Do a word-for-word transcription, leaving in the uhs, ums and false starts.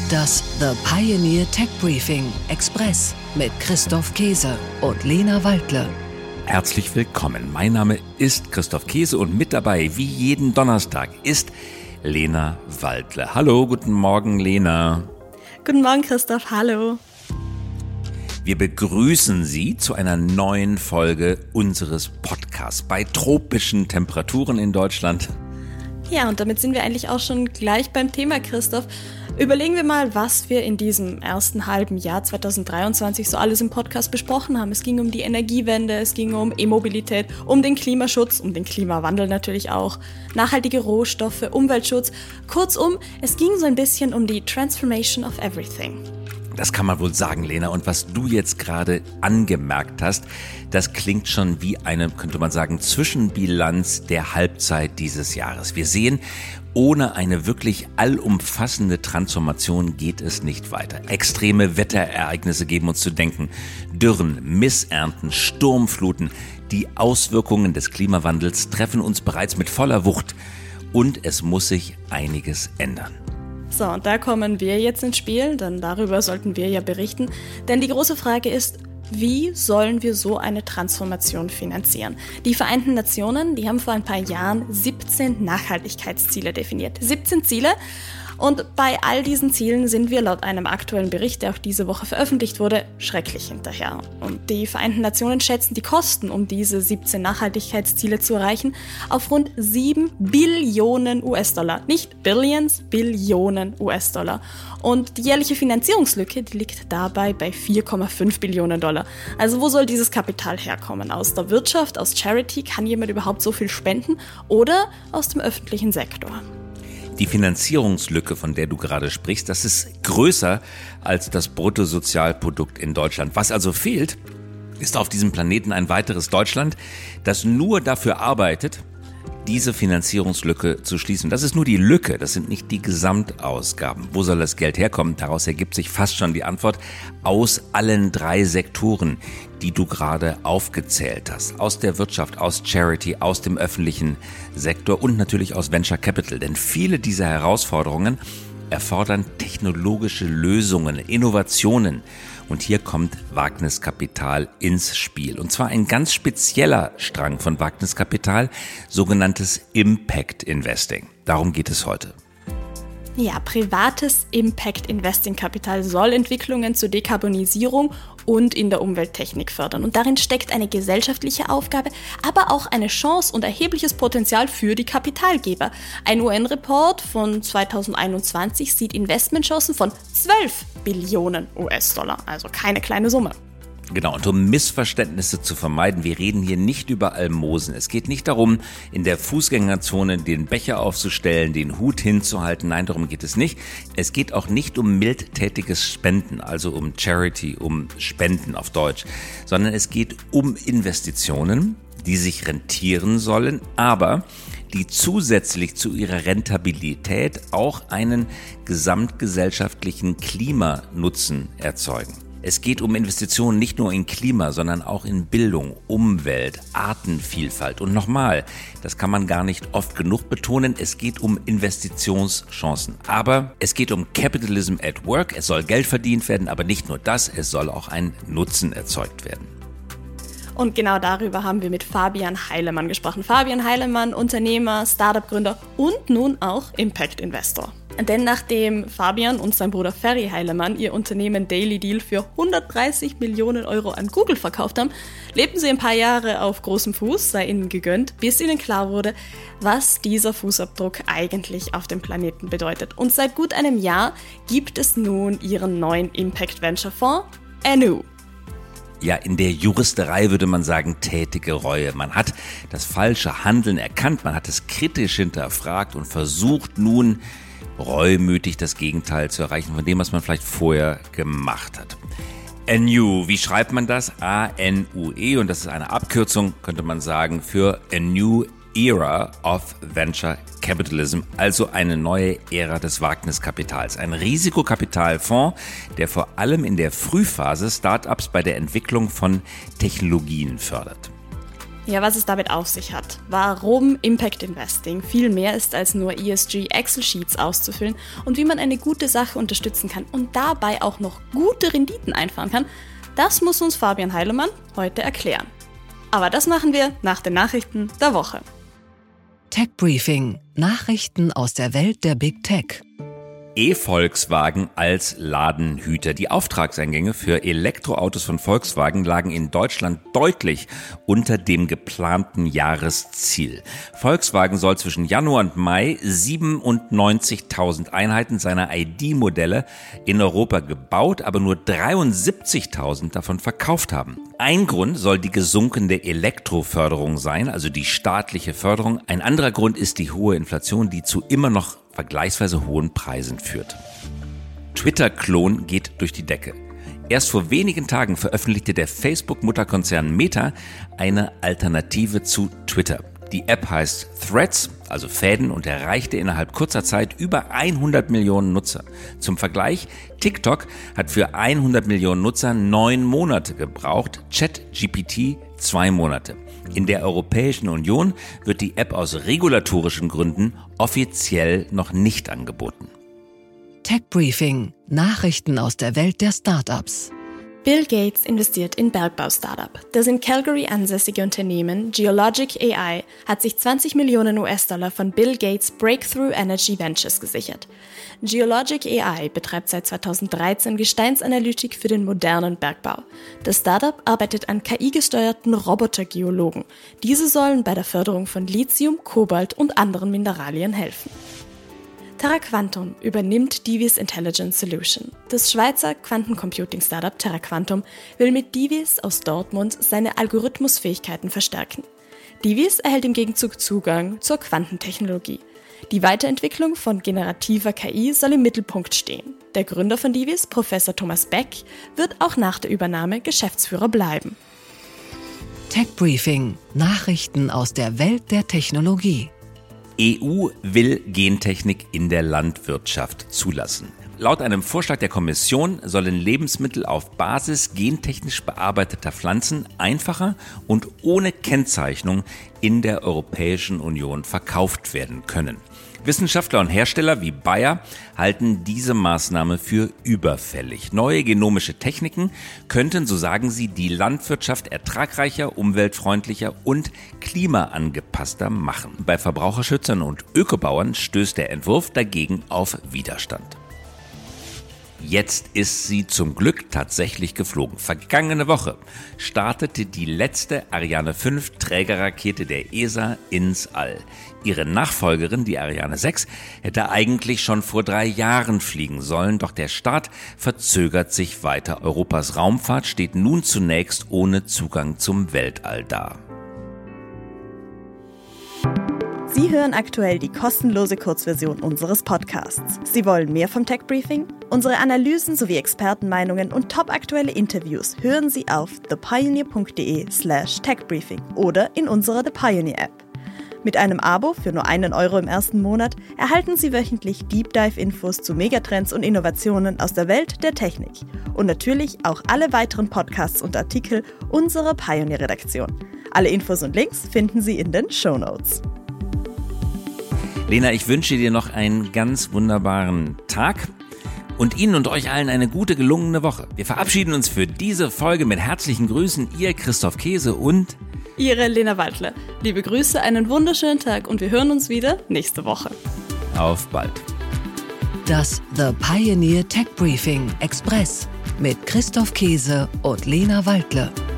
Das The Pioneer Tech Briefing Express mit Christoph Käse und Lena Waldle. Herzlich willkommen. Mein Name ist Christoph Käse und mit dabei, wie jeden Donnerstag, ist Lena Waldle. Hallo, guten Morgen, Lena. Guten Morgen, Christoph. Hallo. Wir begrüßen Sie zu einer neuen Folge unseres Podcasts bei tropischen Temperaturen in Deutschland. Ja, und damit sind wir eigentlich auch schon gleich beim Thema, Christoph. Überlegen wir mal, was wir in diesem ersten halben Jahr zwanzig dreiundzwanzig so alles im Podcast besprochen haben. Es ging um die Energiewende, es ging um E-Mobilität, um den Klimaschutz, um den Klimawandel natürlich auch, nachhaltige Rohstoffe, Umweltschutz. Kurzum, es ging so ein bisschen um die Transformation of Everything. Das kann man wohl sagen, Lena. Und was du jetzt gerade angemerkt hast, das klingt schon wie eine, könnte man sagen, Zwischenbilanz der Halbzeit dieses Jahres. Wir sehen, ohne eine wirklich allumfassende Transformation geht es nicht weiter. Extreme Wetterereignisse geben uns zu denken. Dürren, Missernten, Sturmfluten. Die Auswirkungen des Klimawandels treffen uns bereits mit voller Wucht. Und es muss sich einiges ändern. So, und da kommen wir jetzt ins Spiel, denn darüber sollten wir ja berichten. Denn die große Frage ist, wie sollen wir so eine Transformation finanzieren? Die Vereinten Nationen, die haben vor ein paar Jahren siebzehn Nachhaltigkeitsziele definiert. siebzehn Ziele. Und bei all diesen Zielen sind wir laut einem aktuellen Bericht, der auch diese Woche veröffentlicht wurde, schrecklich hinterher. Und die Vereinten Nationen schätzen die Kosten, um diese siebzehn Nachhaltigkeitsziele zu erreichen, auf rund sieben Billionen U S-Dollar. Nicht Billions, Billionen U S-Dollar. Und die jährliche Finanzierungslücke, die liegt dabei bei vier Komma fünf Billionen Dollar. Also wo soll dieses Kapital herkommen? Aus der Wirtschaft, aus Charity? Kann jemand überhaupt so viel spenden? Oder aus dem öffentlichen Sektor? Die Finanzierungslücke, von der du gerade sprichst, das ist größer als das Bruttosozialprodukt in Deutschland. Was also fehlt, ist auf diesem Planeten ein weiteres Deutschland, das nur dafür arbeitet, diese Finanzierungslücke zu schließen. Das ist nur die Lücke, das sind nicht die Gesamtausgaben. Wo soll das Geld herkommen? Daraus ergibt sich fast schon die Antwort: aus allen drei Sektoren, die du gerade aufgezählt hast. Aus der Wirtschaft, aus Charity, aus dem öffentlichen Sektor und natürlich aus Venture Capital. Denn viele dieser Herausforderungen erfordern technologische Lösungen, Innovationen. Und hier kommt Wagniskapital ins Spiel. Und zwar ein ganz spezieller Strang von Wagniskapital, sogenanntes Impact Investing. Darum geht es heute. Ja, privates Impact-Investing-Kapital soll Entwicklungen zur Dekarbonisierung und in der Umwelttechnik fördern. Und darin steckt eine gesellschaftliche Aufgabe, aber auch eine Chance und erhebliches Potenzial für die Kapitalgeber. Ein U N-Report von zwanzig einundzwanzig sieht Investmentchancen von zwölf Billionen U S-Dollar, also keine kleine Summe. Genau, und um Missverständnisse zu vermeiden, wir reden hier nicht über Almosen. Es geht nicht darum, in der Fußgängerzone den Becher aufzustellen, den Hut hinzuhalten. Nein, darum geht es nicht. Es geht auch nicht um mildtätiges Spenden, also um Charity, um Spenden auf Deutsch, sondern es geht um Investitionen, die sich rentieren sollen, aber die zusätzlich zu ihrer Rentabilität auch einen gesamtgesellschaftlichen Klimanutzen erzeugen. Es geht um Investitionen nicht nur in Klima, sondern auch in Bildung, Umwelt, Artenvielfalt. Und nochmal, das kann man gar nicht oft genug betonen, es geht um Investitionschancen. Aber es geht um Capitalism at Work, es soll Geld verdient werden, aber nicht nur das, es soll auch ein Nutzen erzeugt werden. Und genau darüber haben wir mit Fabian Heilemann gesprochen. Fabian Heilemann, Unternehmer, Startup-Gründer und nun auch Impact-Investor. Denn nachdem Fabian und sein Bruder Ferry Heilemann ihr Unternehmen Daily Deal für hundertdreißig Millionen Euro an Google verkauft haben, lebten sie ein paar Jahre auf großem Fuß, sei ihnen gegönnt, bis ihnen klar wurde, was dieser Fußabdruck eigentlich auf dem Planeten bedeutet. Und seit gut einem Jahr gibt es nun ihren neuen Impact Venture Fonds, A N U. Ja, in der Juristerei würde man sagen, tätige Reue. Man hat das falsche Handeln erkannt, man hat es kritisch hinterfragt und versucht nun, reumütig das Gegenteil zu erreichen von dem, was man vielleicht vorher gemacht hat. A N U, wie schreibt man das? A N U E, und das ist eine Abkürzung, könnte man sagen, für A New Era of Venture Capitalism, also eine neue Ära des Wagniskapitals. Ein Risikokapitalfonds, der vor allem in der Frühphase Startups bei der Entwicklung von Technologien fördert. Ja, was es damit auf sich hat, warum Impact Investing viel mehr ist als nur E S G Excel-Sheets auszufüllen und wie man eine gute Sache unterstützen kann und dabei auch noch gute Renditen einfahren kann, das muss uns Fabian Heilemann heute erklären. Aber das machen wir nach den Nachrichten der Woche. Tech Briefing: Nachrichten aus der Welt der Big Tech. E-Volkswagen als Ladenhüter. Die Auftragseingänge für Elektroautos von Volkswagen lagen in Deutschland deutlich unter dem geplanten Jahresziel. Volkswagen soll zwischen Januar und Mai siebenundneunzigtausend Einheiten seiner I D-Modelle in Europa gebaut, aber nur dreiundsiebzigtausend davon verkauft haben. Ein Grund soll die gesunkene Elektroförderung sein, also die staatliche Förderung. Ein anderer Grund ist die hohe Inflation, die zu immer noch vergleichsweise hohen Preisen führt. Twitter-Klon geht durch die Decke. Erst vor wenigen Tagen veröffentlichte der Facebook-Mutterkonzern Meta eine Alternative zu Twitter. Die App heißt Threads, also Fäden, und erreichte innerhalb kurzer Zeit über hundert Millionen Nutzer. Zum Vergleich, TikTok hat für hundert Millionen Nutzer neun Monate gebraucht, ChatGPT zwei Monate. In der Europäischen Union wird die App aus regulatorischen Gründen offiziell noch nicht angeboten. Tech Briefing: Nachrichten aus der Welt der Startups. Bill Gates investiert in Bergbau-Startup. Das in Calgary ansässige Unternehmen Geologic A I hat sich zwanzig Millionen U S-Dollar von Bill Gates Breakthrough Energy Ventures gesichert. Geologic A I betreibt seit zweitausenddreizehn Gesteinsanalytik für den modernen Bergbau. Das Startup arbeitet an K I-gesteuerten Robotergeologen. Diese sollen bei der Förderung von Lithium, Kobalt und anderen Mineralien helfen. Terra Quantum übernimmt Divis Intelligence Solution. Das Schweizer Quantencomputing-Startup Terra Quantum will mit Divis aus Dortmund seine Algorithmusfähigkeiten verstärken. Divis erhält im Gegenzug Zugang zur Quantentechnologie. Die Weiterentwicklung von generativer K I soll im Mittelpunkt stehen. Der Gründer von Divis, Professor Thomas Beck, wird auch nach der Übernahme Geschäftsführer bleiben. Tech Briefing: Nachrichten aus der Welt der Technologie. E U will Gentechnik in der Landwirtschaft zulassen. Laut einem Vorschlag der Kommission sollen Lebensmittel auf Basis gentechnisch bearbeiteter Pflanzen einfacher und ohne Kennzeichnung in der Europäischen Union verkauft werden können. Wissenschaftler und Hersteller wie Bayer halten diese Maßnahme für überfällig. Neue genomische Techniken könnten, so sagen sie, die Landwirtschaft ertragreicher, umweltfreundlicher und klimaangepasster machen. Bei Verbraucherschützern und Ökobauern stößt der Entwurf dagegen auf Widerstand. Jetzt ist sie zum Glück tatsächlich geflogen. Vergangene Woche startete die letzte Ariane fünf Trägerrakete der E S A ins All. Ihre Nachfolgerin, die Ariane sechs, hätte eigentlich schon vor drei Jahren fliegen sollen, doch der Start verzögert sich weiter. Europas Raumfahrt steht nun zunächst ohne Zugang zum Weltall da. Sie hören aktuell die kostenlose Kurzversion unseres Podcasts. Sie wollen mehr vom Tech Briefing? Unsere Analysen sowie Expertenmeinungen und topaktuelle Interviews hören Sie auf thepioneer.de slash techbriefing oder in unserer The Pioneer App. Mit einem Abo für nur einen Euro im ersten Monat erhalten Sie wöchentlich Deep Dive Infos zu Megatrends und Innovationen aus der Welt der Technik. Und natürlich auch alle weiteren Podcasts und Artikel unserer Pioneer-Redaktion. Alle Infos und Links finden Sie in den Shownotes. Lena, ich wünsche dir noch einen ganz wunderbaren Tag und Ihnen und euch allen eine gute, gelungene Woche. Wir verabschieden uns für diese Folge mit herzlichen Grüßen, Ihr Christoph Käse und Ihre Lena Waldle. Liebe Grüße, einen wunderschönen Tag und wir hören uns wieder nächste Woche. Auf bald. Das The Pioneer Tech Briefing Express mit Christoph Käse und Lena Waldle.